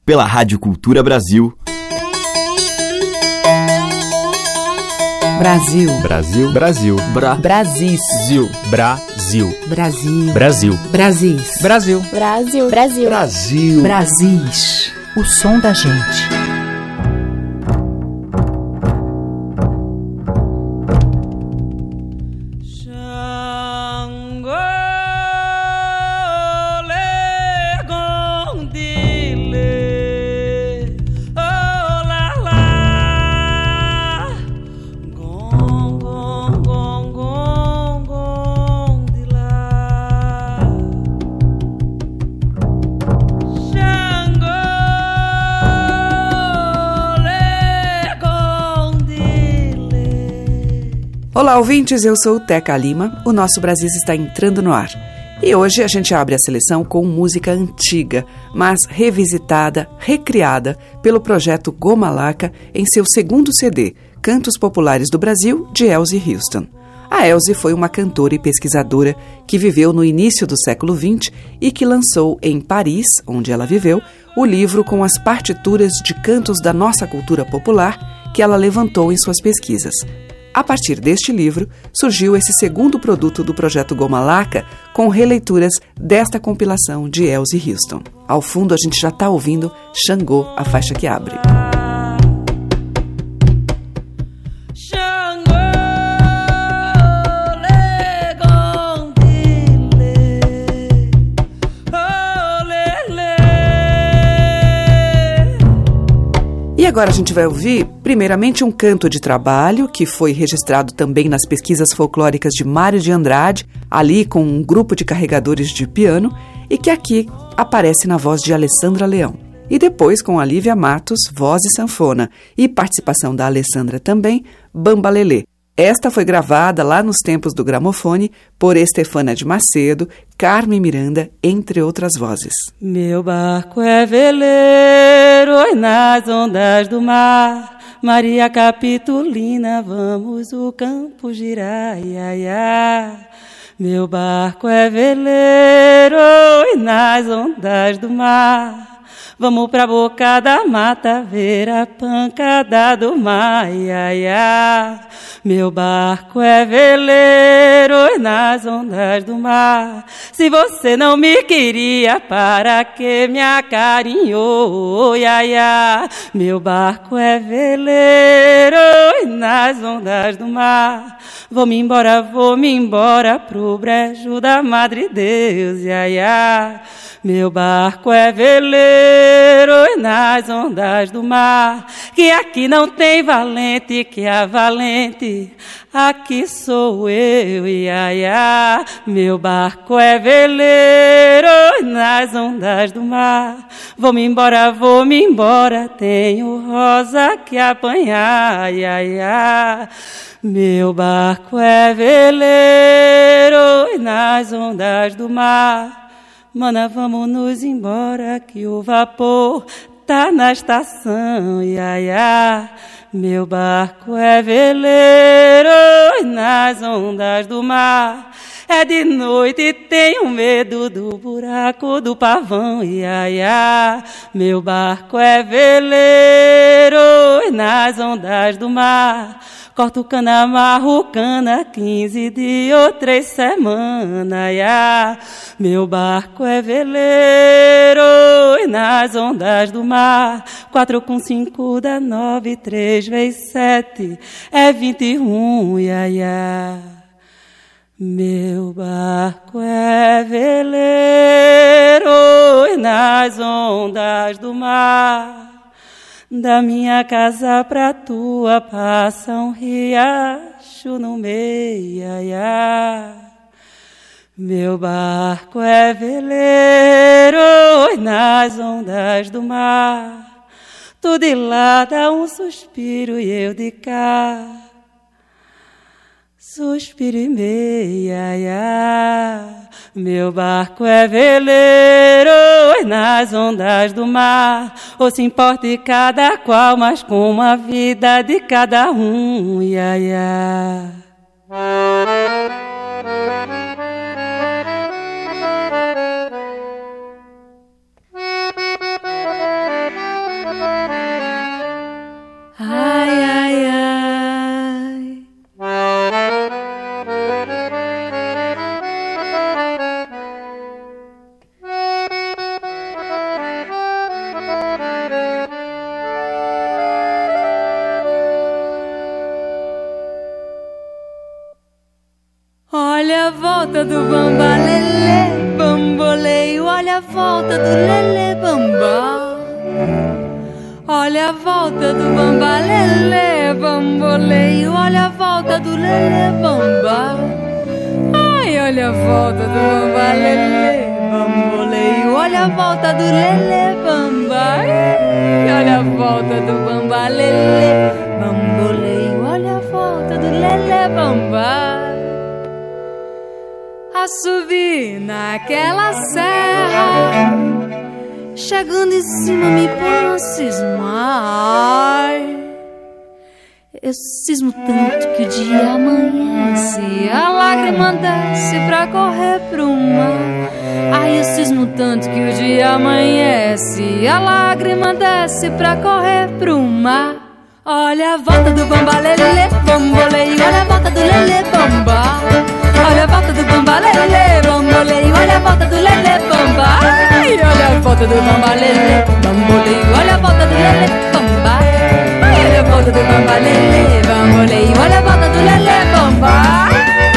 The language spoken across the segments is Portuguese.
pela Rádio Cultura Brasil. Brasil. Brasil. Brasil. Brasis. Brasil. Brasil. Brasil. Brasis. Brasil. Brasil. Brasil. Brasil. Brasis. O som da gente. Olá, ouvintes, eu sou Teca Lima, o nosso Brasil está entrando no ar. E hoje a gente abre a seleção com música antiga, mas revisitada, recriada pelo projeto Goma Laca em seu segundo CD, Cantos Populares do Brasil, de Elzy Houston. A Elzy foi uma cantora e pesquisadora que viveu no início do século XX e que lançou em Paris, onde ela viveu, o livro com as partituras de cantos da nossa cultura popular que ela levantou em suas pesquisas. A partir deste livro, surgiu esse segundo produto do projeto Goma Laca, com releituras desta compilação de Elzy Houston. Ao fundo, a gente já está ouvindo Xangô, a faixa que abre. E agora a gente vai ouvir, primeiramente, um canto de trabalho que foi registrado também nas pesquisas folclóricas de Mário de Andrade, ali com um grupo de carregadores de piano, e que aqui aparece na voz de Alessandra Leão. E depois, com a Lívia Matos, voz e sanfona, e participação da Alessandra também, Bambalelê. Esta foi gravada lá nos tempos do gramofone por Estefânia de Macedo, Carmen Miranda, entre outras vozes. Meu barco é veleiro nas ondas do mar, Maria Capitolina, vamos o campo girar, ia, ia. Meu barco é veleiro nas ondas do mar, vamos pra boca da mata ver a pancada do mar, ia, ia. Meu barco é veleiro nas ondas do mar, se você não me queria, para que me acarinhou, ia, ia. Meu barco é veleiro nas ondas do mar, vou-me embora pro brejo da Madre Deus, ia, ia. Meu barco é veleiro nas ondas do mar, que aqui não tem valente, que a valente aqui sou eu, ia, ia. Meu barco é veleiro nas ondas do mar, vou-me embora, tenho rosa que apanhar, ia, ia. Meu barco é veleiro nas ondas do mar, mana, vamos nos embora que o vapor tá na estação, ia, ia. Meu barco é veleiro nas ondas do mar, é de noite e tenho medo do buraco do pavão, ia, ia. Meu barco é veleiro nas ondas do mar, corto cana, amarro cana, 15 dias ou 3 semanas, ia. Meu barco é veleiro nas ondas do mar, 4 com 5 dá 9, 3 vezes 7 é 21, ia, ia. Meu barco é veleiro nas ondas do mar, da minha casa pra tua passa um riacho no meio, ia, ia. Meu barco é veleiro nas ondas do mar, tu de lá dá um suspiro e eu de cá suspiro e meia, ia. Meu barco é veleiro nas ondas do mar, ou se importe cada qual, mas como a vida de cada um, ia, ia. Olha a volta do bamba lelê, bamboleio, olha a volta do lelê bamba. Olha a volta do bamba lelê, bamboleio, olha a volta do lelê bamba. Ai, olha a volta do bamba lelê, bamboleio, olha a volta do lelê bamba. Ai, olha a volta do bamba lelê, bamboleio, olha a volta do lelê bamba. A subir naquela serra, chegando em cima me põe a cismar. Eu cismo tanto que o dia amanhece, a lágrima desce pra correr pro mar. Ai, eu cismo tanto que o dia amanhece, a lágrima desce pra correr pro mar. Olha a volta do bamba lelê, bamboleio, olha a volta do lelê bamba. Olha a volta do bamba lelê, bamboleio, olha a volta do lelê bamba. Ai, olha a volta do bamba lelê, bamboleio, olha a volta do lelê bamba. Ai, olha a volta do bamba lelê, bamboleio, olha a volta do lelê bamba.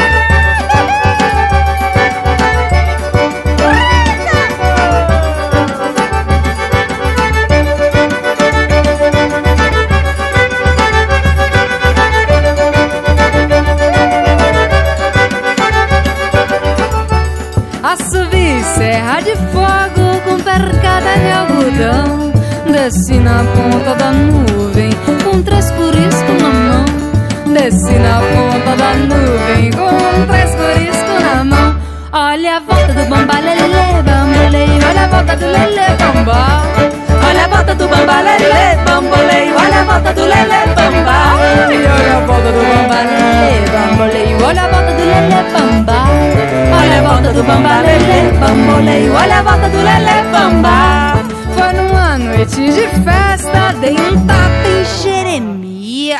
Serra de fogo com percada de algodão, desci na ponta da nuvem com 3 curiscos na mão. Desci na ponta da nuvem com 3 curiscos na mão. Olha a volta do bamba lelê, bamboleio, olha a volta do lelê bamba. Olha a volta do bamba lelê, bamboleio, olha a volta do lelê bamba. Olha a volta do bamba lelê, bamboleio, olha a volta do lelê bamba. Olha a volta do bamba lelê, bamboleio, olha a volta do lelê bamba. Foi numa noite de festa, dei um tapa em Jeremias.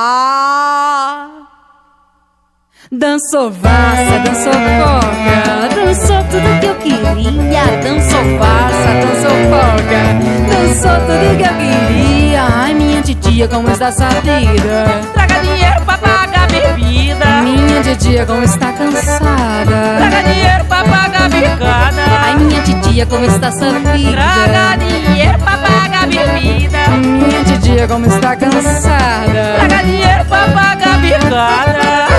Dançou valsa, dançou polca, dançou tudo que eu queria. Dançou valsa, dançou polca, dançou tudo que eu queria. Ai, minha titia, como está essa vida? Traga dinheiro pra pagar bebida. Minha titia, como está cansada? Traga dinheiro pra pagar bicada. Ai, minha titia, como está essa vida? Traga dinheiro pra pagar bebida. Minha titia, como está cansada? Traga dinheiro pra pagar bicada.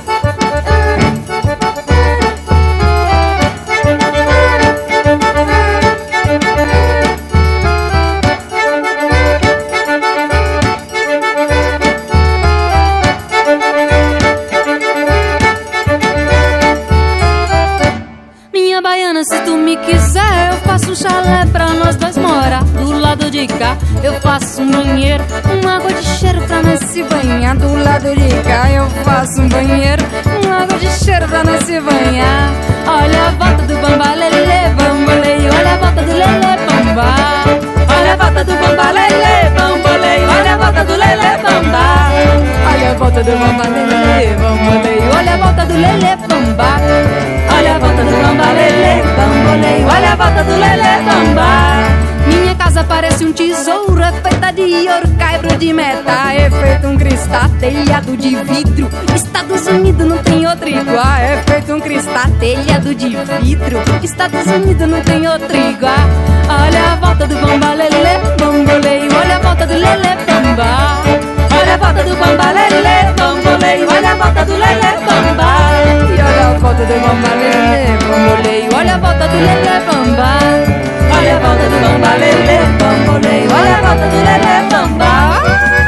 Se tu me quiser, eu faço um chalé pra nós dois morar do lado de cá. Eu faço um banheiro, uma água de cheiro pra nós se banhar. Do lado de cá eu faço um banheiro, uma água de cheiro pra nós se banhar. Olha a volta do bamba lelê, bamboleio, olha a volta do lelê bamba. Olha a volta do bamba lelê, bamboleio, olha a volta do lelê bamba. Olha a volta do bamba lelê, bamboleio, olha a volta do lelê bamba. Olha a volta do bamba lelê, bamboleio, olha a volta do lelê bamba. Minha casa parece um tesouro, é feita de ouro, caibro de metal, é feito um cristal telhado de vidro. Estados Unidos não tem outro igual, é feito um cristal telhado de vidro. Estados Unidos não tem outro igual. Olha a volta do bamba lelê, bamboleio, olha a volta do lelê bamba. Olha a volta do bamba lelê, bamboleio, olha a volta do lelê bamba. E olha a volta do bamba lelê, bamboleio, olha a volta do lelê bamba. Olha a volta do bamba lelê, bamboleio, olha a volta do lelê bamba.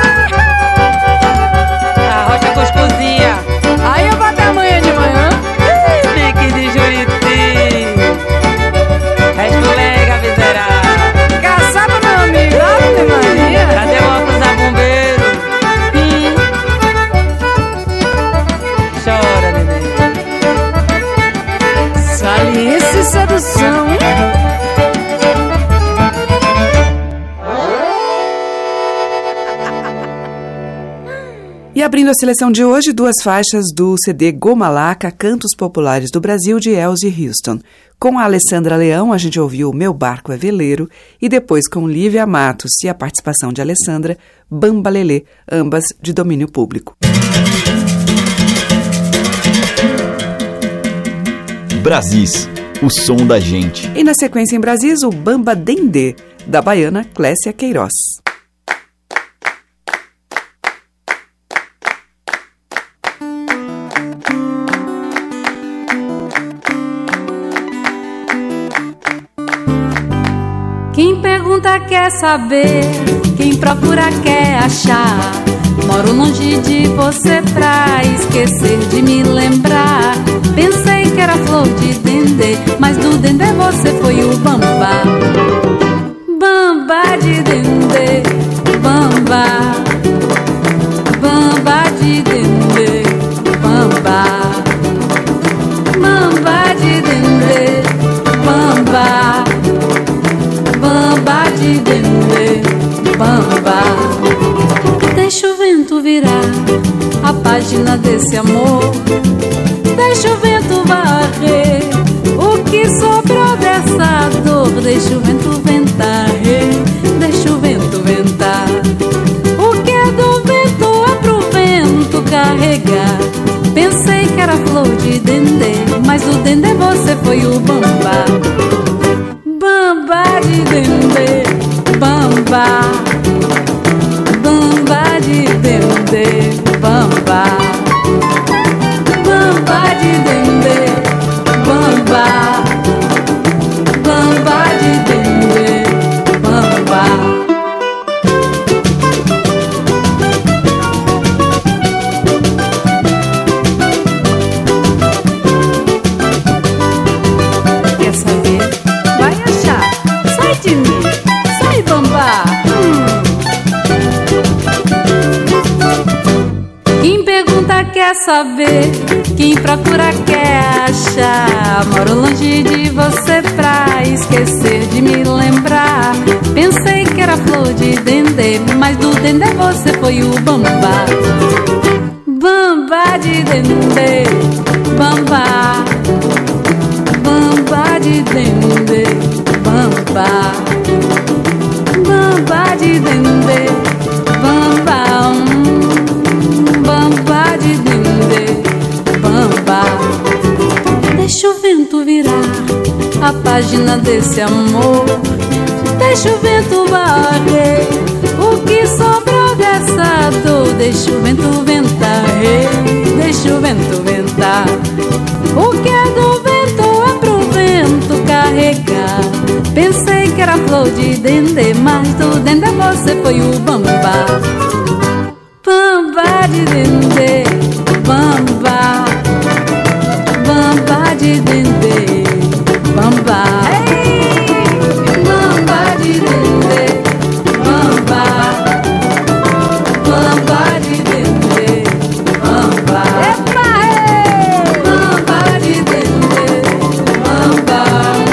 A rocha cuscuzinha. Aí eu bato amanhã de manhã. Pique de Juriti. Respulega, miserável. Caçava, meu amigo, Ave Maria. Cadê o óculos a bombeiro? Chora, neném. Saliência e sedução. E abrindo a seleção de hoje, 2 faixas do CD Goma Laca, Cantos Populares do Brasil, de Elzy Houston. Com a Alessandra Leão, a gente ouviu Meu Barco é Veleiro, e depois com Lívia Matos e a participação de Alessandra, Bamba Lelê, ambas de domínio público. Brasis, o som da gente. E na sequência em Brasis, o Bamba Dendê, da baiana Clécia Queiroz. Quem pergunta quer saber, quem procura quer achar. Moro longe de você pra esquecer de me lembrar. Pensei que era flor de dendê, mas do dendê você foi o bamba. Bamba de dendê, bamba. Bamba de dendê, bamba. Bamba de dendê, bamba. Bamba de dendê, bamba. Deixa o vento virar a página desse amor. Deixa o vento varrer o que sobrou dessa dor. Deixa o vento ventar, deixa o vento ventar. O que é do vento é pro vento carregar. Pensei que era flor de dendê, mas o dendê você foi o bamba. Bamba de dendê, bamba. Bamba de dendê, bamba. Bamba de dendê, bamba. Bamba de dendê, bamba. Quer saber? Vai achar. Sai de mim, sai bamba. Quem pergunta quer saber, quem procura quer achar. Moro longe de você pra esquecer de me lembrar. Pensei que era flor de dendê, mas do dendê você foi o bamba. Bamba de dendê, bamba. Bamba de dendê, bamba. Bamba de dendê, bamba. Bamba de dendê, bamba. Deixa o vento virar a página desse amor. Deixa o vento varrer o que sobrou dessa dor. Deixa o vento ventar, deixa o vento ventar. O que é do vento é pro vento carregar. Pensei que era flor de dendê, mas do dendê você foi o bamba. Bamba de dendê, bamba. Bamba de dendê, bamba. Bamba de dendê, bamba. Bamba de dendê, bamba. Bamba de dendê, bamba.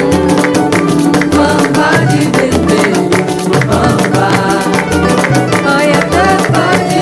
Bamba de dendê, bamba. Olha bamba de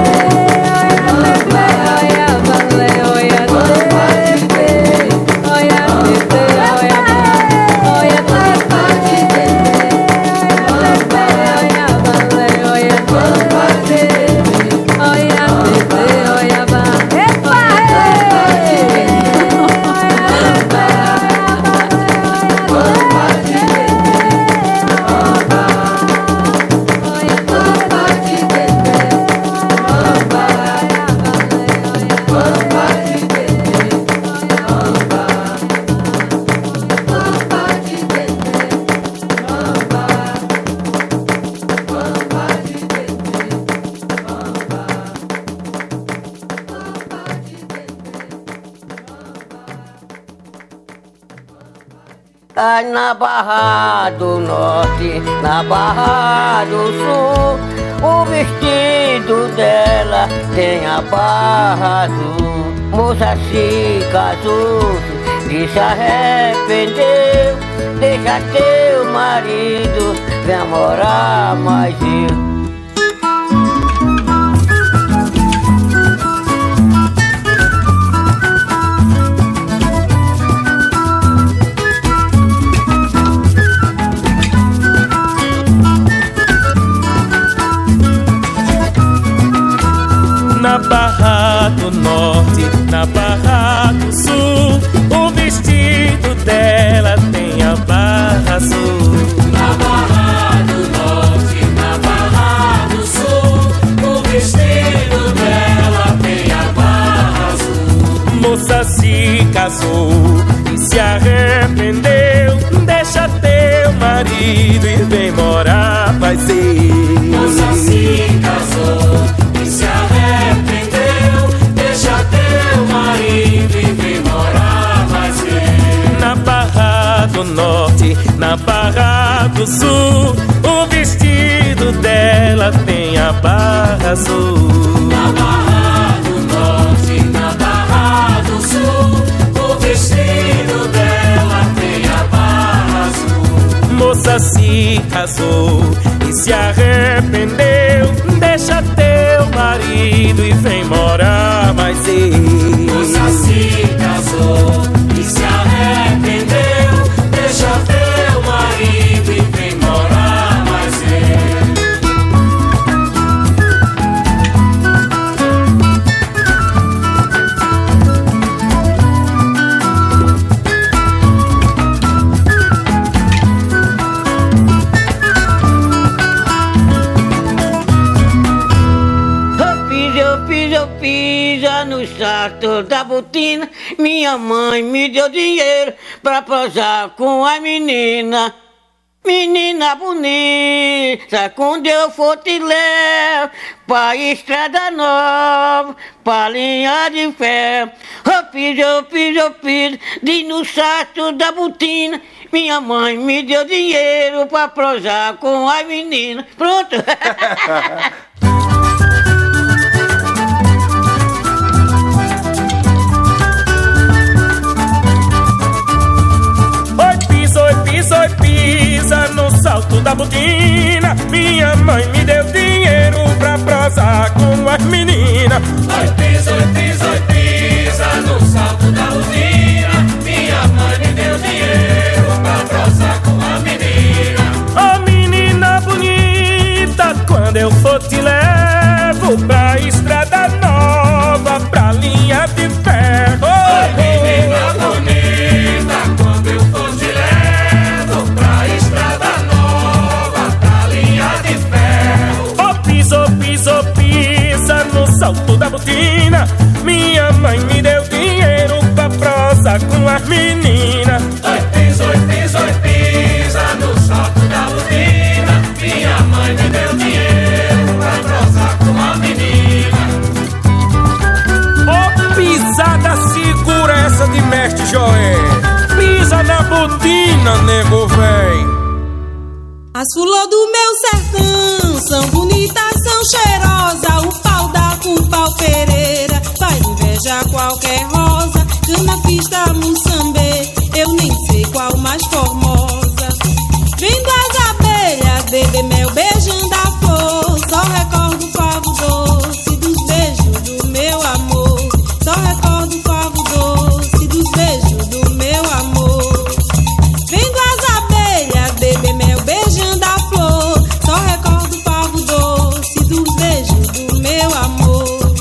Ai, na Barra do Norte, na Barra do Sul, o vestido dela tem a barra azul. Moça se casou e se arrependeu. Deixa teu marido, vem morar mais eu. Na Barra do Norte, na Barra do Sul, o vestido se arrependeu, deixa teu marido e vem morar, vai ser. Moça se casou e se arrependeu, deixa teu marido e vem morar, vai ser. Na Barra do Norte, na Barra do Sul, o vestido dela tem a barra azul. Na Barra do Norte, na Barra do Sul, o vestido dela tem a barra azul. Moça se casou e se arrependeu, deixa teu marido e vem morar, mais eu. Moça se casou e se arrependeu, deixa teu marido e vem morar, mais eu. No salto da botina, minha mãe me deu dinheiro pra prosar com a menina. Menina bonita, quando eu for te levo pra estrada nova, pra linha de ferro. Eu fiz, de no salto da botina, minha mãe me deu dinheiro pra prosar com a menina. Pronto. Oi, pisa no salto da botina, minha mãe me deu dinheiro pra prosar com as meninas. Oi, pisa no salto da botina, minha mãe me deu dinheiro pra prosar com a menina. Ô menina bonita, quando eu for te levo pra estrada nova, pra linha de ferro. Oi, menina bonita, quando eu for te levo pra estrada nova, pra linha de ferro. Oh, pisa no salto da botina, minha mãe me deu dinheiro pra prosar com as meninas. Oi, pisa no salto da botina, minha mãe me deu dinheiro pra prosar com a menina. Oh, pisada, segura essa de mestre Joé. Pisa na botina, nego véi. As flores do meu sertão são bonitas, são cheirosas. O pau dá com pau pereira, faz inveja a qualquer rosa. Cana pista, muçambê, eu nem sei qual mais formosa. Vendo as abelhas, beber mel, beijando a flor. Só recordo o favo doce dos beijos do meu amor. Só recordo o favo doce dos beijos do meu amor. Vendo as abelhas, beber mel, beijando a flor. Só recordo o favo doce dos beijos do meu amor.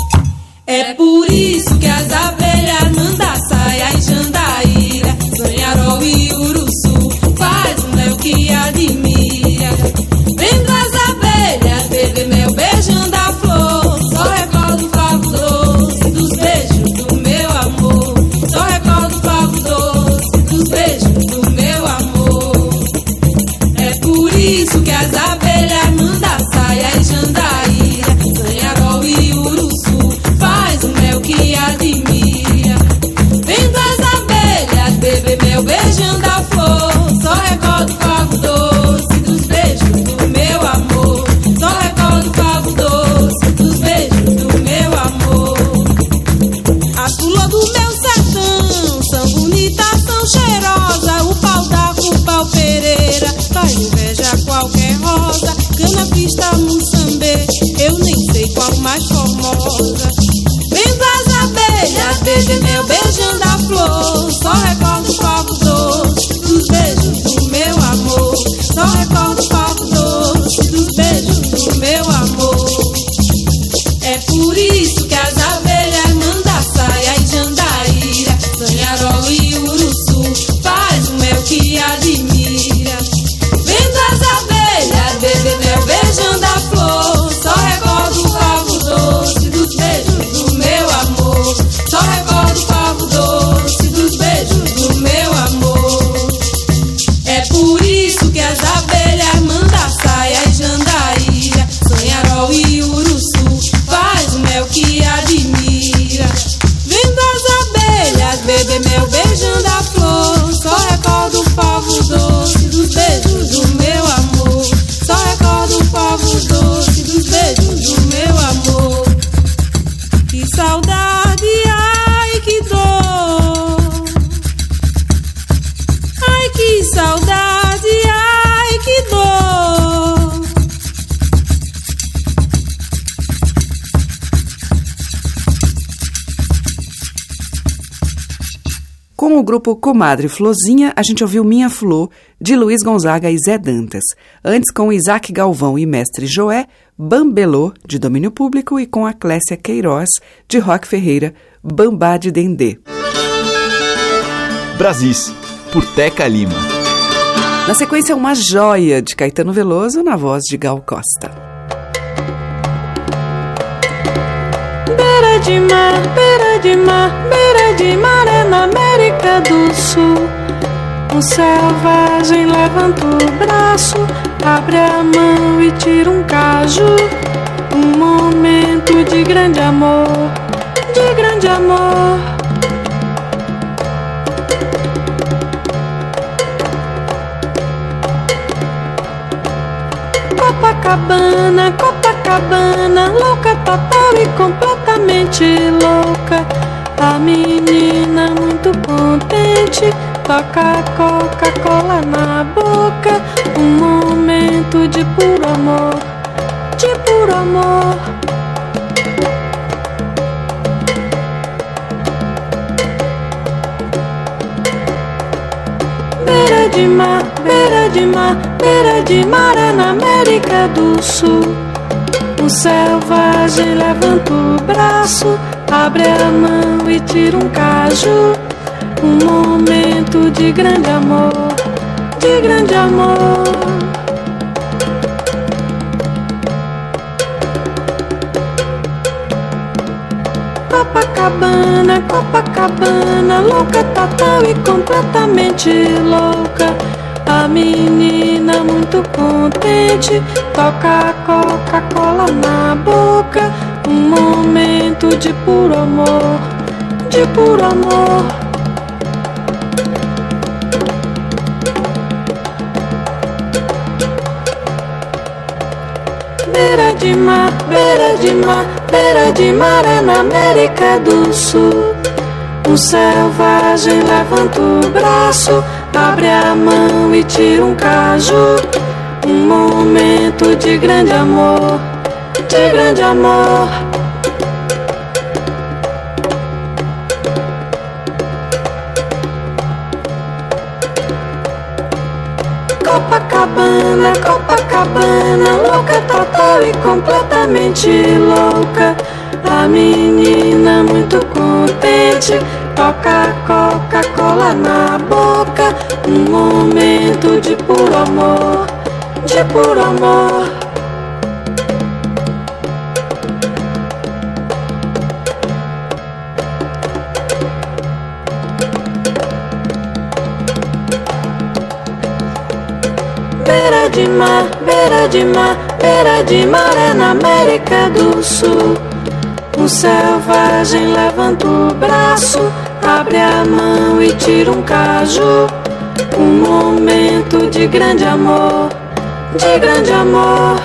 É por isso que as abelhas mandam saia e jandaíra, Sonharol e Uruçu faz um mel que admira. Vendo as abelhas, beber mel, beijando a flor. Só recordo o favo doce dos beijos do meu amor. Só recordo o favo doce dos beijos do meu amor. É por isso que as abelhas mandam saia e jandaíra, Sonharol e Uruçu faz um mel que admira. Vendo as abelhas, beber mel, beijando a flor. Só recordo o favo doce dos beijos do meu amor. Só recordo o favo doce dos beijos do meu amor. As flores do meu sertão são bonitas, são cheirosas. O pau dá com pau pereira, faz inveja a qualquer rosa. Cana pista, muçambê, eu nem sei qual mais formosa. Vendo as abelhas, beber mel, beijando a flor. Só recordo o favo doce dos beijos do meu amor. Só recordo o favo doce dos beijos do meu amor. É por isso que as abelhas mandam saia e jandaíra, Sonharol e Uruçu faz um mel que admira. Vendo as abelhas, beber mel, beijando a flor. Com o grupo Comadre Flozinha, a gente ouviu Minha Flor, de Luiz Gonzaga e Zé Dantas. Antes, com Isaac Galvão e Mestre Joé, Bambelô, de domínio público, e com a Clécia Queiroz, de Roque Ferreira, Bambá de Dendê. Brasis, por Teca Lima. Na sequência, Uma Joia, de Caetano Veloso, na voz de Gal Costa. Beira de mar, beira de mar, beira de mar é na América do Sul. O selvagem levanta o braço, abre a mão e tira um caju. Um momento de grande amor, de grande amor. Copacabana, Copacabana, louca total e completamente louca. A menina muito contente toca Coca-Cola na boca. Um momento de puro amor, de puro amor. Beira de mar, beira de mar, beira de mar é na América do Sul. O selvagem levanta o braço, abre a mão e tira um caju. Um momento de grande amor, de grande amor. Copacabana, Copacabana, louca total e completamente louca. A menina muito contente toca Coca-Cola na boca. Um momento de puro amor, de puro amor. Beira de mar, beira de mar, beira de mar é na América do Sul. O selvagem levanta o braço, abre a mão e tira um caju. Um momento de grande amor, de grande amor. Copacabana, Copacabana, louca total e completamente louca. A menina muito contente toca Coca-Cola na boca. Um momento de puro amor, de puro amor. Beira de mar, beira de mar, beira de mar é na América do Sul. O selvagem levanta o braço, abre a mão e tira um caju. Um momento de grande amor, de grande amor.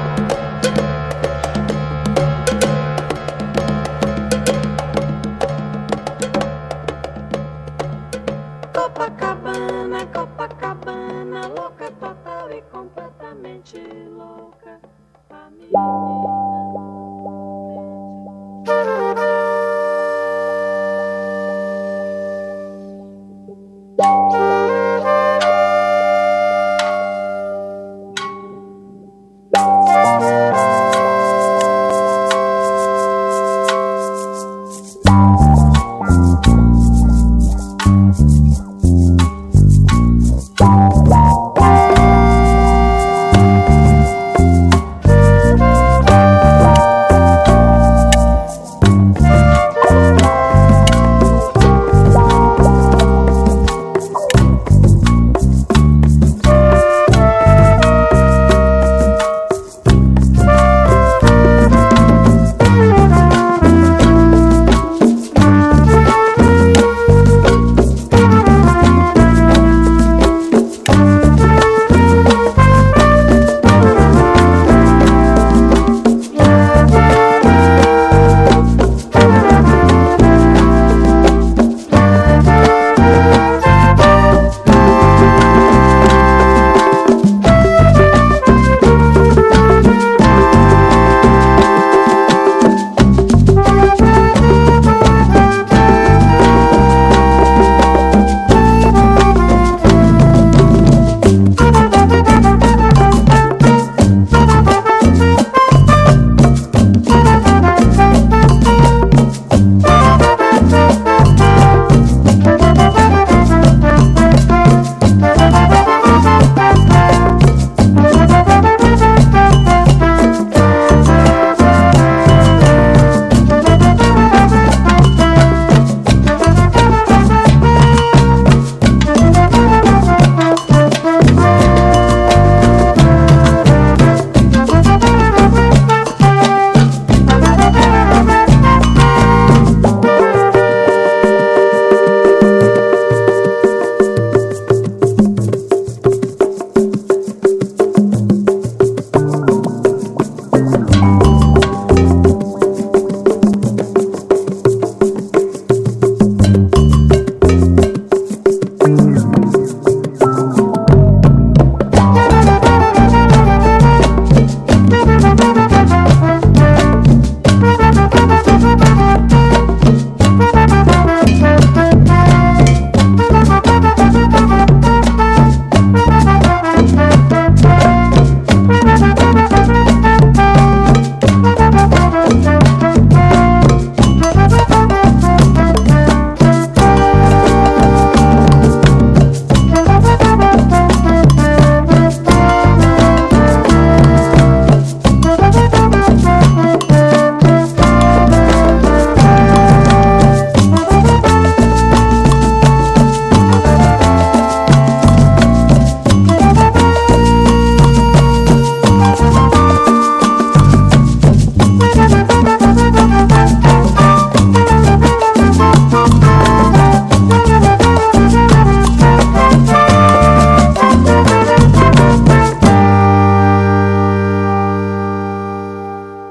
Copacabana, Copacabana, louca total e completamente louca.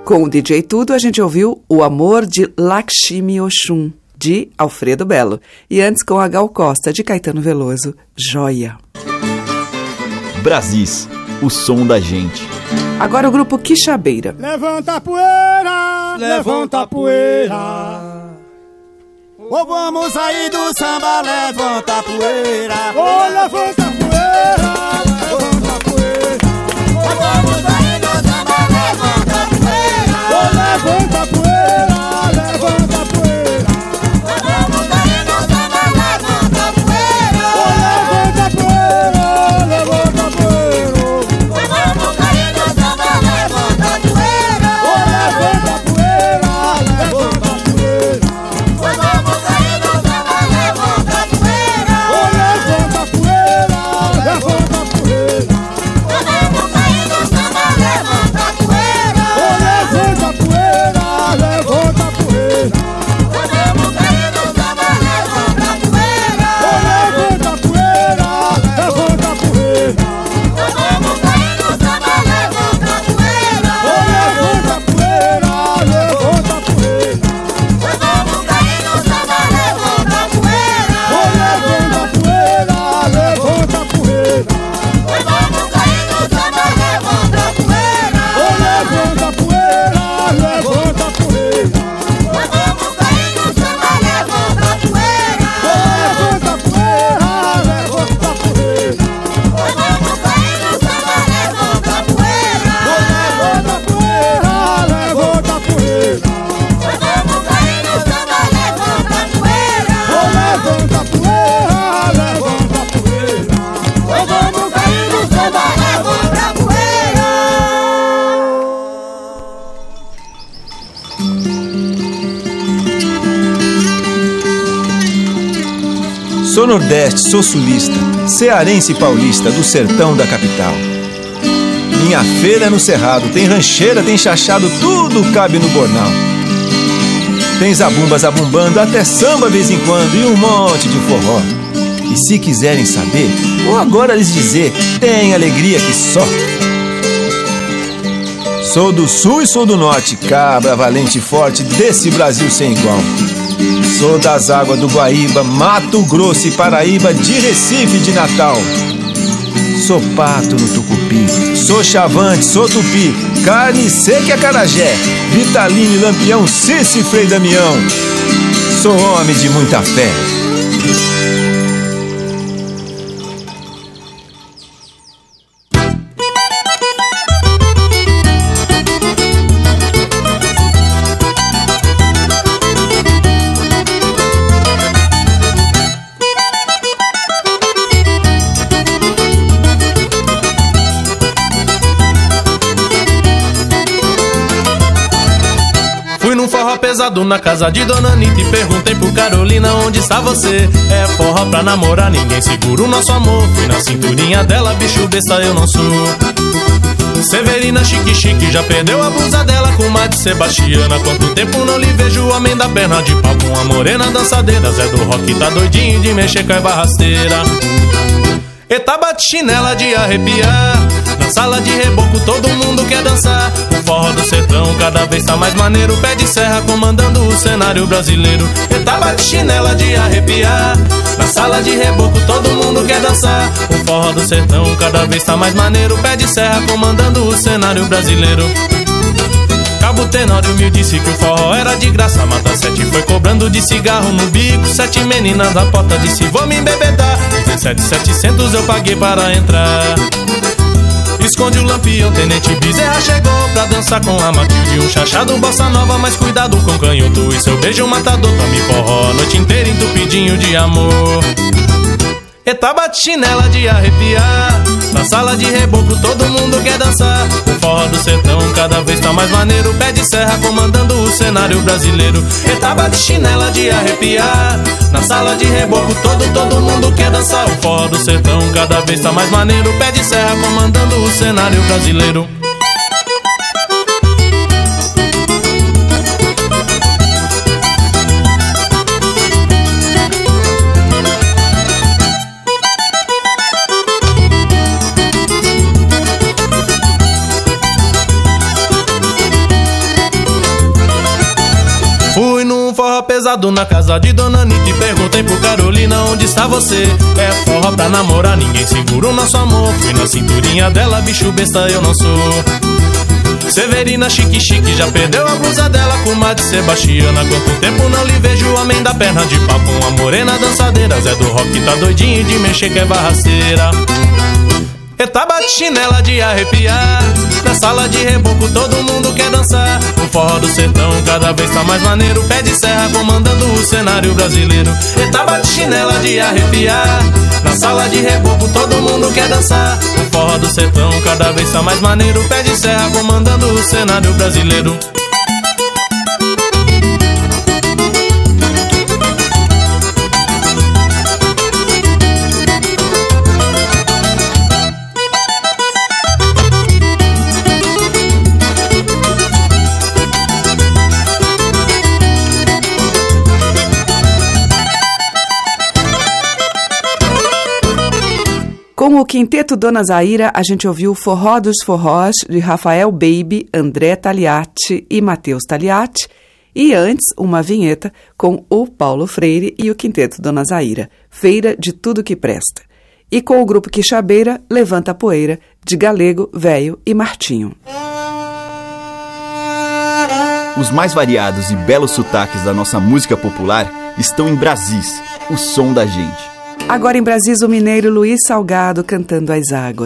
Com o DJ Tudo, a gente ouviu O Amor de Lakshmi Oxum, de Alfredo Belo. E antes, com a Gal Costa, de Caetano Veloso, Joia. Brasis, o som da gente. Agora o grupo Quixabeira. Levanta a poeira, levanta a poeira. Ou vamos sair do samba, levanta a poeira. Oh, levanta a poeira, levanta a poeira. Ou vamos sair do samba, levanta a poeira. Oh, levanta a poeira, levanta a poeira. Ou vamos sair do samba, levanta a poeira. Oh, levanta a poeira, levanta a poeira. Ou vamos sair do samba, levanta a poeira. Oh, levanta a poeira, levanta a poeira. Ou vamos sair do samba, levanta a poeira. Oh, levanta a poeira, levanta a poeira. Ou vamos sair do samba, levanta a poeira. Oh, levanta a poeira, levanta a poeira. Ou vamos sair do samba, levanta a poeira. Oh, levanta a poeira, levanta a poeira. Ou vamos sair do samba, levanta a poeira. Oh, levanta a poeira, levanta a poeira. Ou vamos sair do samba, levanta a poeira. Oh, levanta a poeira, levanta a poeira. Ou vamos sair do samba, levanta a poeira. Oh, levanta a poeira, levanta a poeira. Ou vamos sair do samba, levanta a poeira. Oh, levanta a poeira, levanta a poeira. Ou vamos sair do samba, levanta a poeira. Oh, levanta a poeira, levanta a poeira. Ou vamos sair do samba, levanta a poeira. Oh, levanta a poeira, levanta a poeira. Ou vamos sair do samba, levanta a poeira. Sou nordeste, sou sulista, cearense e paulista do sertão da capital. Minha feira é no cerrado, tem rancheira, tem chachado, tudo cabe no bornal. Tem zabumba zabumbando, até samba vez em quando e um monte de forró. E se quiserem saber, vou agora lhes dizer, tem alegria que só. Sou do sul e sou do norte, cabra valente e forte desse Brasil sem igual. Sou das águas do Guaíba, Mato Grosso e Paraíba, de Recife e de Natal. Sou pato no tucupi, sou chavante, sou tupi, carne seca e acarajé, Vitalino e Lampião, Cício e Frei Damião. Sou homem de muita fé. Pesado na casa de Dona Anitta e perguntei pro Carolina onde está você. É forró pra namorar, ninguém segura o nosso amor. Fui na cinturinha dela, bicho besta eu não sou. Severina chique chique já perdeu a blusa dela com uma de Sebastiana. Quanto tempo não lhe vejo o homem da perna de pau com uma morena dançadeira. Zé do Rock tá doidinho de mexer com a barrasteira. Eita, bate chinela de arrepiar. Na sala de reboco todo mundo quer dançar. O forró do sertão cada vez tá mais maneiro. Pé de serra comandando o cenário brasileiro. Eita, bate chinela de arrepiar. Na sala de reboco todo mundo quer dançar. O forró do sertão cada vez tá mais maneiro. Pé de serra comandando o cenário brasileiro. Cabo Tenório me disse que o forró era de graça. Mata 7 foi cobrando de cigarro no bico. 7 meninas na porta disse vou me embebedar. 17.700 eu paguei para entrar. Esconde o lampião, Tenente Bezerra chegou pra dançar com a Matilde. Um chachado, bossa nova, mas cuidado com canhoto. E seu beijo matador, tome forró a noite inteira entupidinho de amor. Eita, bate chinela de arrepiar. Na sala de reboco todo mundo quer dançar. O forró do sertão cada vez tá mais maneiro. Pé de serra comandando o cenário brasileiro. Eita, bate chinela de arrepiar. Na sala de reboco todo mundo quer dançar. O forró do sertão cada vez tá mais maneiro. Pé de serra comandando o cenário brasileiro. pesado na casa de Dona Anitta e perguntei pro Carolina onde está você. É forró pra namorar, ninguém segura o nosso amor. Fui na cinturinha dela, bicho besta eu não sou. Severina chique chique já perdeu a blusa dela com uma de Sebastiana. Quanto tempo não lhe vejo o homem da perna de papo, uma morena dançadeira. Zé do Rock tá doidinho de mexer que é barraceira. Eita, bate chinela de arrepiar. Na sala de reboco todo mundo quer dançar. O forró do sertão cada vez tá mais maneiro. Pé de serra comandando o cenário brasileiro. Eita, bate chinela de arrepiar. Na sala de reboco todo mundo quer dançar. O forró do sertão cada vez tá mais maneiro. Pé de serra comandando o cenário brasileiro. Com o quinteto Dona Zaira, a gente ouviu o Forró dos Forrós, de Rafael Baby, André Tagliatti e Matheus Tagliatti, e antes, uma vinheta com o Paulo Freire e o quinteto Dona Zaira, Feira de Tudo Que Presta. E com o grupo Quixabeira, Levanta a Poeira, de Galego, Véio e Martinho. Os mais variados e belos sotaques da nossa música popular estão em Brasis, o som da gente. Agora em Brasis, o mineiro Luiz Salgado cantando As Águas.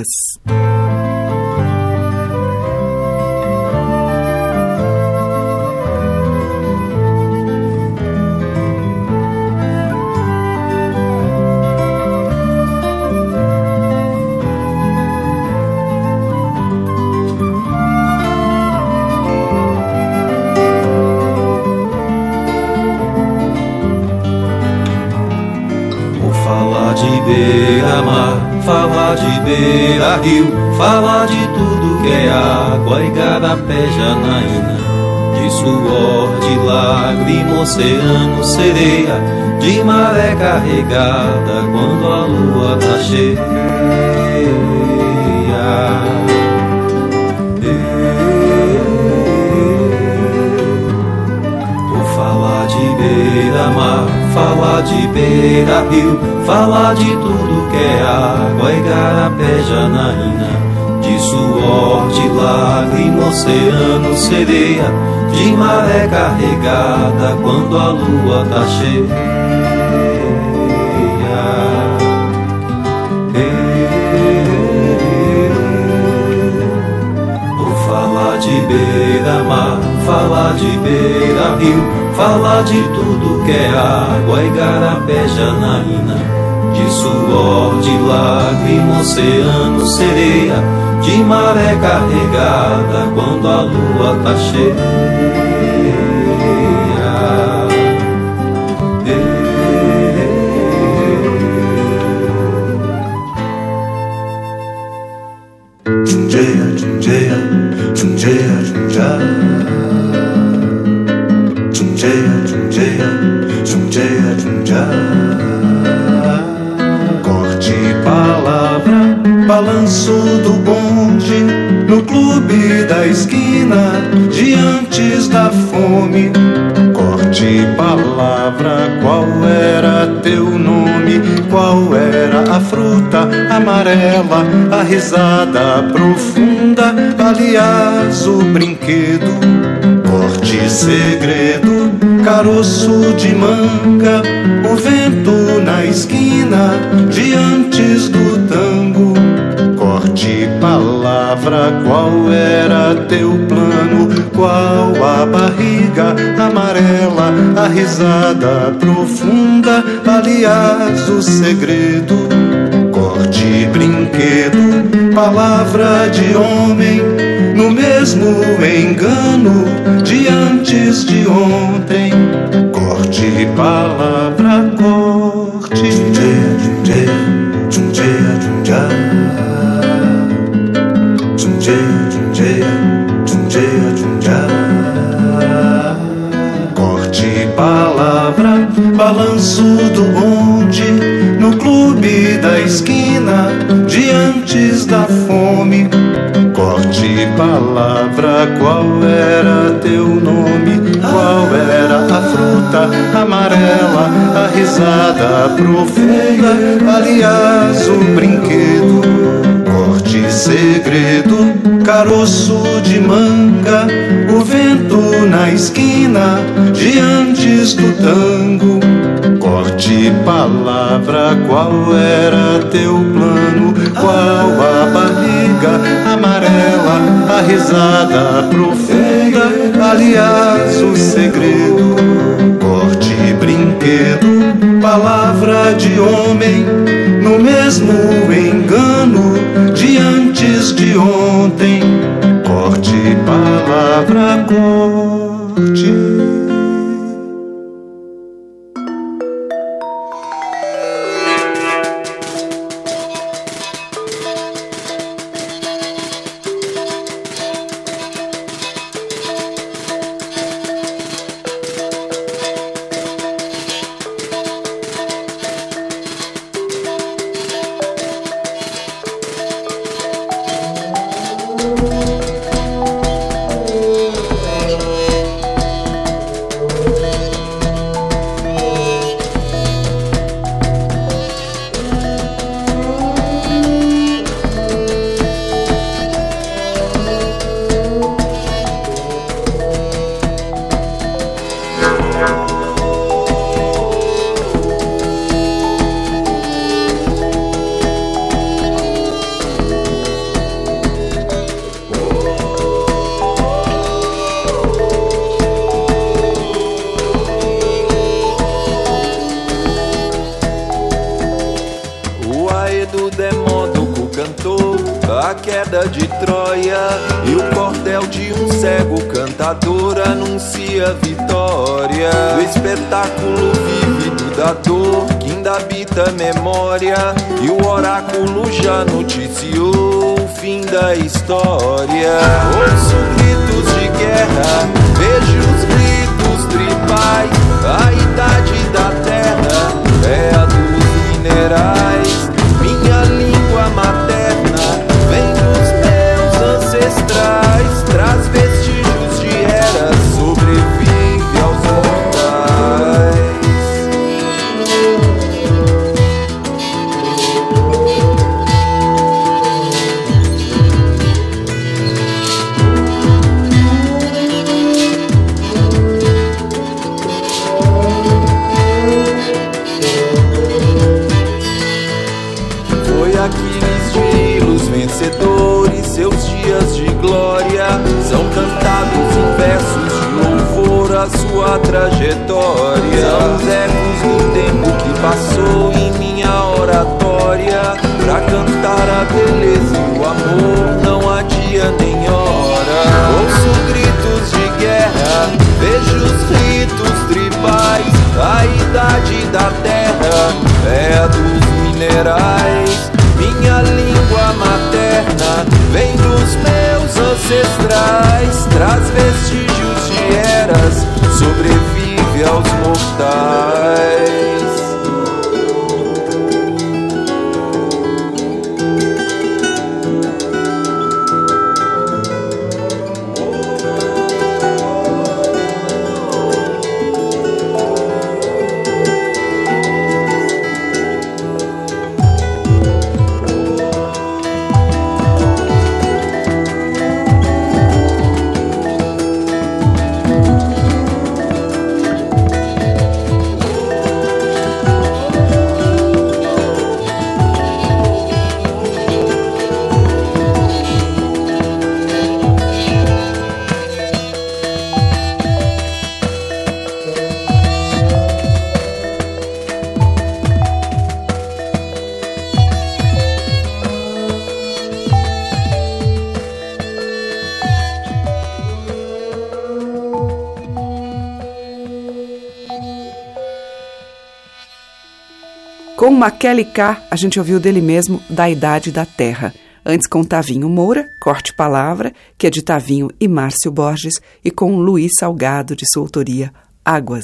Beira-mar, falar de beira-rio, falar de tudo que é água, igarapé, janaína, de suor, de lágrima, oceano, sereia, de maré carregada quando a lua tá cheia. Vou falar de beira-mar, falar de beira-rio, falar de tudo que é água, igarapé, janaína, de suor, de lágrima, oceano, sereia, de maré carregada quando a lua tá cheia. Vou falar de beira-mar, falar de beira-rio, falar de tudo que é água, igarapé, janaína, de suor, de lágrima, oceano, sereia, de maré carregada quando a lua tá cheia. Junjeia, junjeia, junjeia, junjeia. Junjeia, junjeia, junjeia, junjeia. Corte palavra, balanço do bonde, no clube da esquina, diante da fome. Corte palavra, qual era teu nome? Qual era a fruta amarela, a risada profunda, aliás o brinquedo? Corte segredo, caroço de manga, o vento na esquina, diante do tango. Corte palavra, qual era teu plano? Qual a barriga amarela, a risada profunda, aliás o segredo? Corte brinquedo, palavra de homem, no mesmo engano de antes de ontem. Corte palavra, corte. Junjeia, junjeia, junjeia, junjeia. Junjeia, junjeia, junjeia, junjeia. Corte palavra, balanço do bonde, no clube da esquina, diante da fome. Corte palavra, qual era teu nome? Qual era a fruta tinta amarela, a risada profunda, aliás o brinquedo, corte segredo, caroço de manga, o vento na esquina, diante do tango. Corte palavra, qual era teu plano? Qual a barriga amarela, a risada profunda, aliás o segredo. Corte brinquedo, palavra de homem, no mesmo engano de antes de ontem. Corte palavra, corte. A queda de Troia e o cordel de um cego cantador anuncia a vitória do espetáculo vívido da dor que ainda habita a memória, e o oráculo já noticiou o fim da história. Ouço gritos de guerra, vejo os gritos tribais, a idade da terra é a dos minerais. Minha língua materna vem dos meus ancestrais, traz vestígios de era, sobrevive aos mortais. Foi Aquiles de Ilos vencedores, seus dias de glória são cantados em versos de louvor à sua trajetória. São os ecos do tempo que passou em minha oratória, pra cantar a beleza e o amor, não há dia nem hora. Ouço gritos de guerra, vejo os ritos tribais, a idade da terra é a dos minerais. Minha língua materna vem dos meus ancestrais, traz vestígios de eras, sobrevive aos mortais. Com Maquele K, a gente ouviu dele mesmo Da Idade da Terra. Antes com Tavinho Moura, Corte Palavra, que é de Tavinho e Márcio Borges, e com Luiz Salgado, de sua autoria, Águas.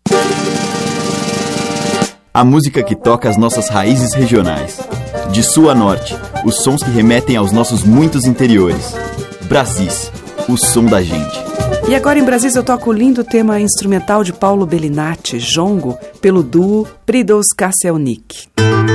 A música que toca as nossas raízes regionais. De sul a norte, os sons que remetem aos nossos muitos interiores. Brasis, o som da gente. E agora em Brasília eu toco o lindo tema instrumental de Paulo Bellinati, Jongo, pelo duo Pridos Kasselnik.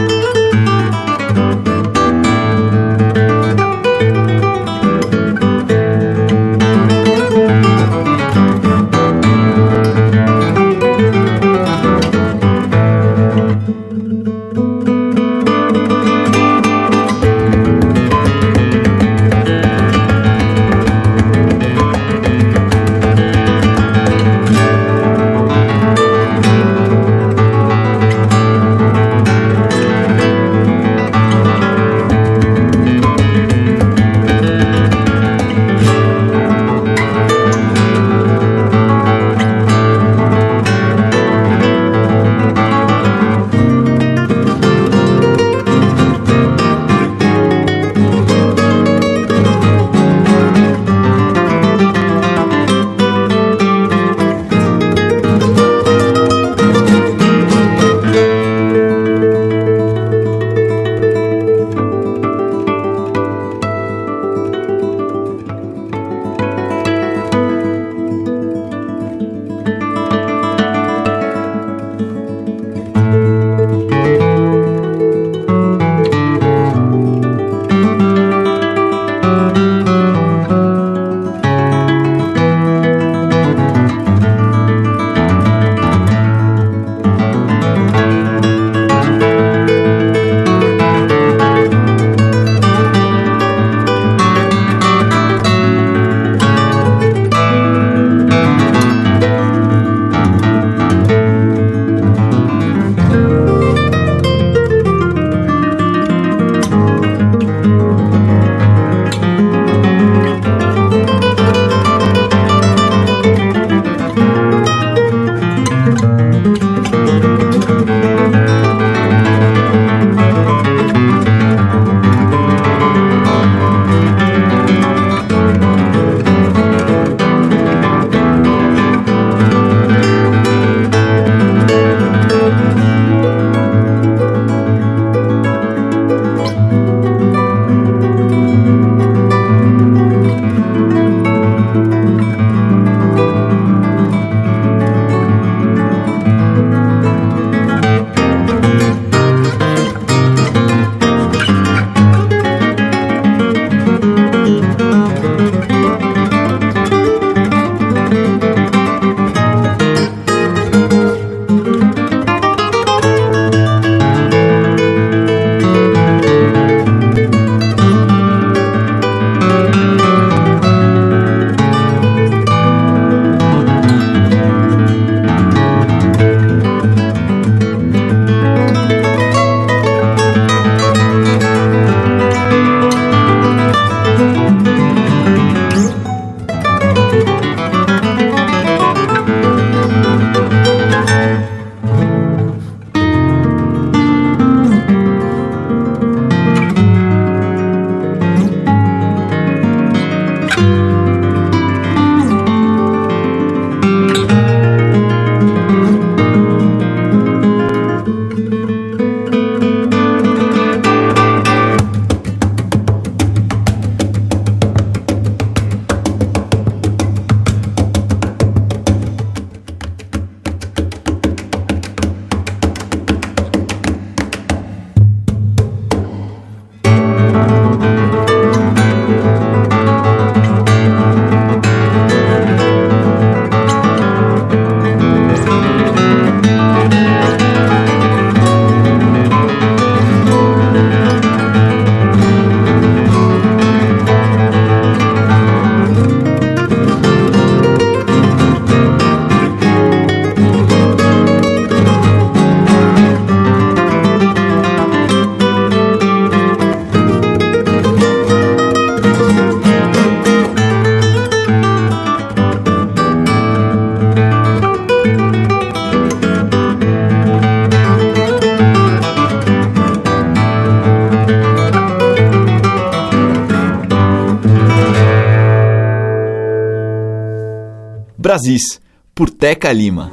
Brasis, por Teca Lima.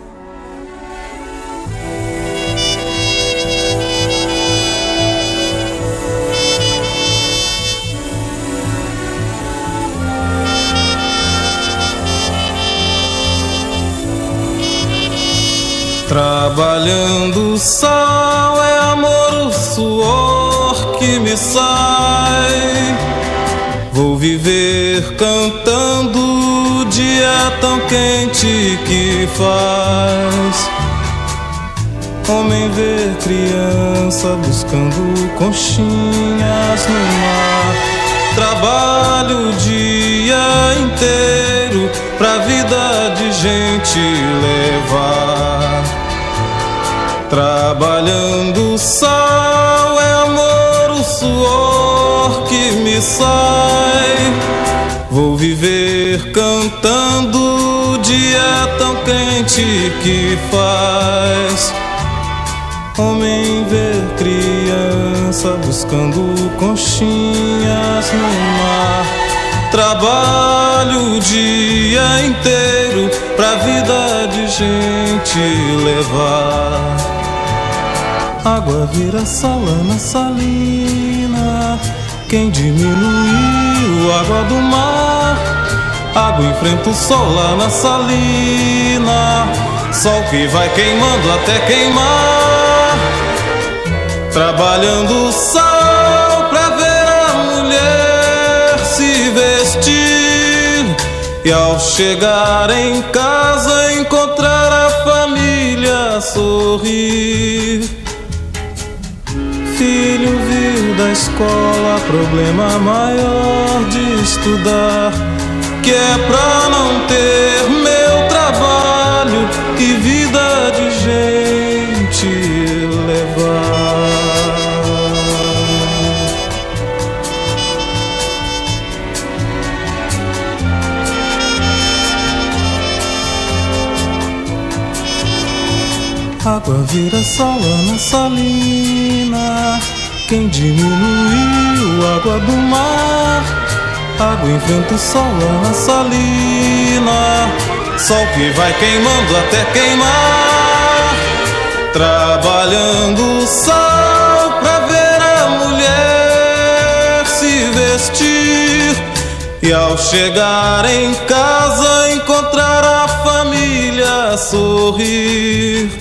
Trabalhando o sal é amor, o suor que me sai. Vou viver cantando o dia tão quente que faz. Homem vê criança buscando conchinhas no mar. Trabalho o dia inteiro pra vida de gente levar. Trabalhando o sal é amor, o suor que me sai. Vou viver cantando o dia tão quente que faz. Homem vê criança buscando conchinhas no mar. Trabalho o dia inteiro pra vida de gente levar. Água vira salana salina. Quem diminuiu a água do mar? Água enfrenta o sol lá na salina. Sol que vai queimando até queimar. Trabalhando o sal pra ver a mulher se vestir. E ao chegar em casa encontrar a família sorrir. Filho vir da escola, problema maior de estudar, que é pra não ter meu trabalho e vida de gente levar. Água vira salana salina. Quem diminuiu a água do mar? Água enfrenta o sol lá na salina. Sol que vai queimando até queimar. Trabalhando o sal pra ver a mulher se vestir. E ao chegar em casa encontrar a família sorrir.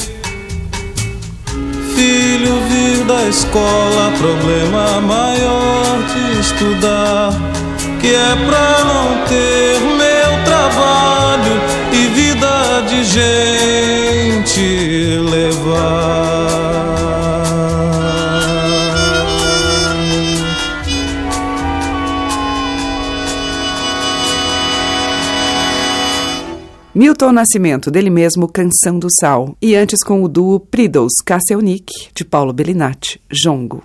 Filho vir da escola, problema maior de estudar, que é pra não ter meu trabalho e vida de gente levar. Milton Nascimento, dele mesmo, Canção do Sal. E antes com o duo Priddles, Casselnick, de Paulo Bellinati, Jongo.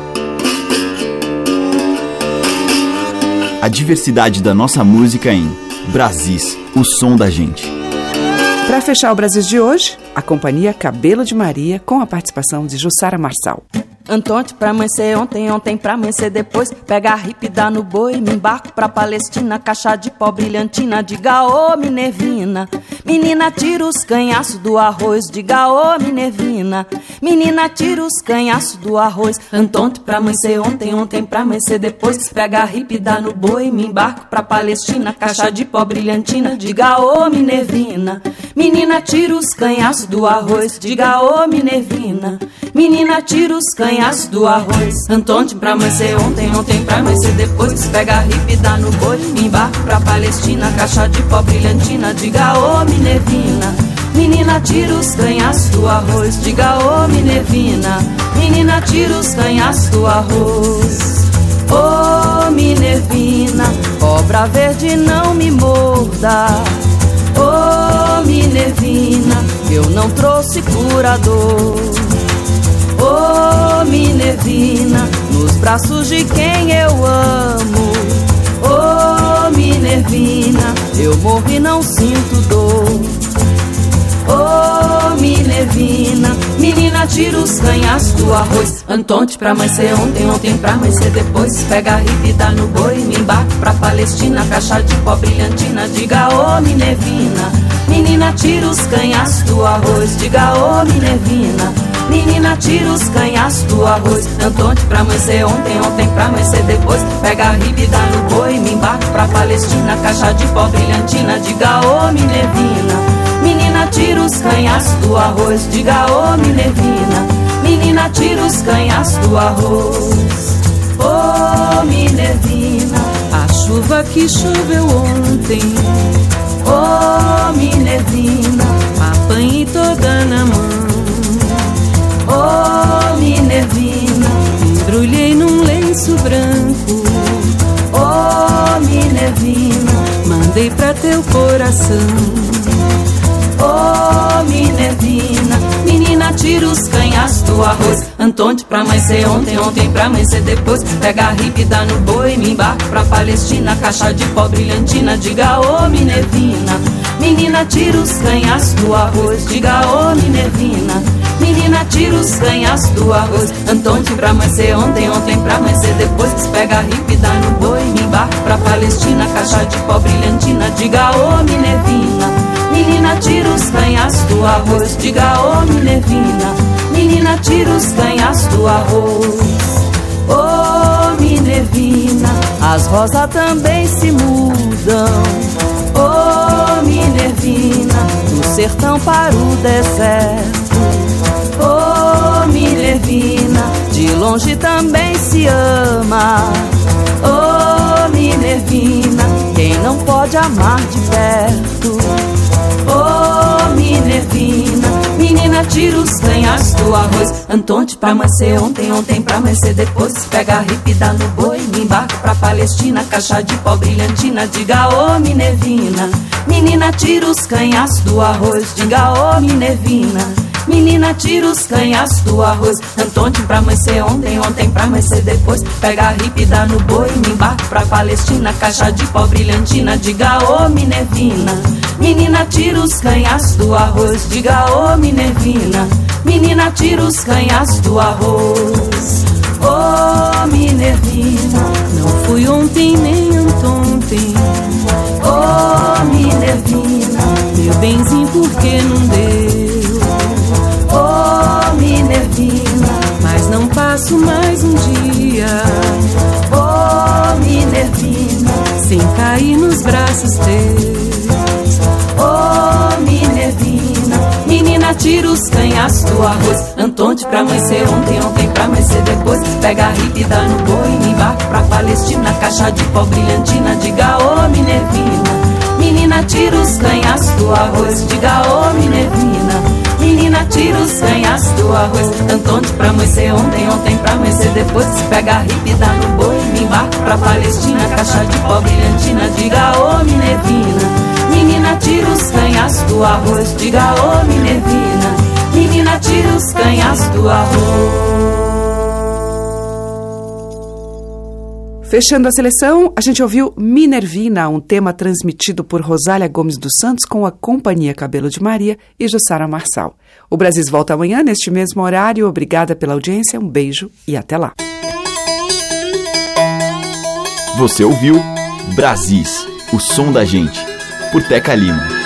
A diversidade da nossa música em Brasis, o som da gente. Para fechar o Brasis de hoje, a companhia Cabelo de Maria, com a participação de Jussara Marçal. Antonte pra amanhecer ontem, ontem pra amanhecer depois. Pega a hippie, dá no boi, me embarco pra Palestina. Caixa de pó brilhantina, diga ô Minervina. Menina tira os canhaços do arroz, diga ô Minervina. Menina tira os canhaços do arroz. Antonte pra amanhecer ontem, ontem pra amanhecer depois. Pega a hippie, dá no boi, me embarco pra Palestina. Caixa de pó brilhantina, diga ô Minervina. Menina tira os canhaços do arroz, diga ô Minervina. Menina tira os canhaços do arroz. Antonte pra amanhecer ontem, ontem pra amanhecer depois. Pega a hippie, dá no boi, me embarco pra Palestina. Caixa de pó brilhantina, diga ô Minervina. Menina tira os canhaços do arroz, diga ô Minervina. Menina tira os canhaços do arroz. Ô Minervina, cobra verde não me morda. Ô Minervina, eu não trouxe curador. Ô Minervina, nos braços de quem eu amo. Ô Minervina, eu morro e não sinto dor. Ô Minervina, menina tira os canhaços do arroz. Antonte pra amanhecer ontem, ontem pra amanhecer depois. Pega a hippie, dá no boi, me embarco pra Palestina. Caixa de pó brilhantina, diga ô Minervina. Menina tira os canhaços do arroz, diga ô Minervina. Menina tira os canhaços do arroz. Antonte pra amanhecer ontem, ontem pra amanhecer depois. Pega a riba e dá no boi, me embarco pra Palestina. Caixa de pó brilhantina, diga ô Minervina. Menina tira os canhaços canhas do arroz. Diga ô Minervina, menina tira os canhas do arroz. Ô Minervina, a chuva que choveu ontem. Ô Minervina, apanhei toda na mão. Ô Minervina, embrulhei num lenço branco. Ô Minervina, mandei pra teu coração. Ô Minervina, menina tira os canhas do arroz. Antônio pra amanhecer ontem, ontem pra amanhecer depois. Pega a ripa e dá no boi, me embarco pra Palestina. Caixa de pó brilhantina, diga ô Minervina, menina tira os canhas do arroz. Diga ô Minervina, menina tira os canhas do arroz. Antônio pra amanhecer ontem, ontem pra amanhecer depois. Pega a ripa e dá no boi, me embarco pra Palestina. Caixa de pó brilhantina, diga ô Minervina, menina tira os canhas do arroz. Diga ô Minervina, menina tira os canhas do arroz. Ô Minervina, as rosas também se mudam. Ô Minervina, do sertão para o deserto. Ô Minervina, de longe também se ama. Ô Minervina, quem não pode amar de perto. Ô Minervina, menina tira os canhas do arroz. Antônio pra amanhecer ontem, ontem pra amanhecer depois. Pega a ripa e dá no boi, me embarco pra Palestina. Caixa de pó brilhantina, diga ô Minervina, menina tira os canhas do arroz. Diga ô Minervina, menina tira os canhas do arroz. Antônio pra amanhecer ontem, ontem pra amanhecer depois. Pega a ripa e dá no boi, me embarco pra Palestina. Caixa de pó brilhantina, diga ô Minervina, menina tira os canhas do arroz. Diga ô Minervina, menina tira os canhas do arroz. Ô Minervina, não fui ontem nem anteontem. Ô Minervina, meu benzinho por que não deu? Ô Minervina, mas não passo mais um dia. Ô Minervina, sem cair nos braços teus. Ô Minervina, menina tira os canhas do arroz. Antônio pra amanhecer ontem, ontem pra amanhecer depois. Pega a ripa e dá no boi, me embarco pra Palestina. Caixa de pó brilhantina, diga ô Minervina, menina tira os canhas do arroz. Diga ô Minervina, menina tira os canhas do arroz. Antônio pra amanhecer ontem, ontem pra amanhecer depois. Pega a ripa e dá no boi, me embarco pra Palestina. Caixa de pó brilhantina, diga ô Minervina, menina tira os canhas do arroz. Diga ô Minervina, menina tira os canhas do arroz. Fechando a seleção, a gente ouviu Minervina, um tema transmitido por Rosália Gomes dos Santos com a Companhia Cabelo de Maria e Jussara Marçal. O Brasis volta amanhã, neste mesmo horário. Obrigada pela audiência, um beijo e até lá. Você ouviu Brasis, o som da gente, por Teca Lima.